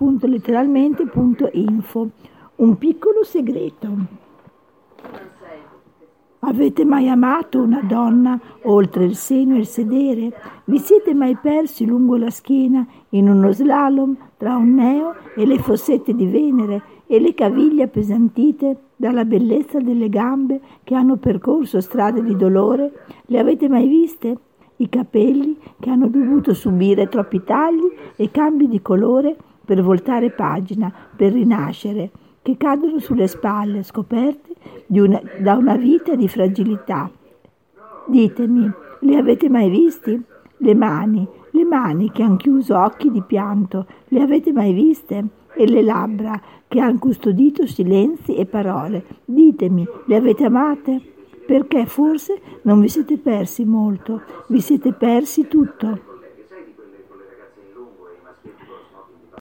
letteralmente.info. Un piccolo segreto. Avete mai amato una donna oltre il seno e il sedere? Vi siete mai persi lungo la schiena in uno slalom tra un neo e le fossette di Venere e le caviglie appesantite dalla bellezza delle gambe che hanno percorso strade di dolore? Le avete mai viste? I capelli che hanno dovuto subire troppi tagli e cambi di colore per voltare pagina, per rinascere, che cadono sulle spalle scoperte da una vita di fragilità. Ditemi, li avete mai visti? Le mani che hanno chiuso occhi di pianto, le avete mai viste? E le labbra che hanno custodito silenzi e parole. Ditemi, le avete amate? Perché forse non vi siete persi molto, vi siete persi tutto.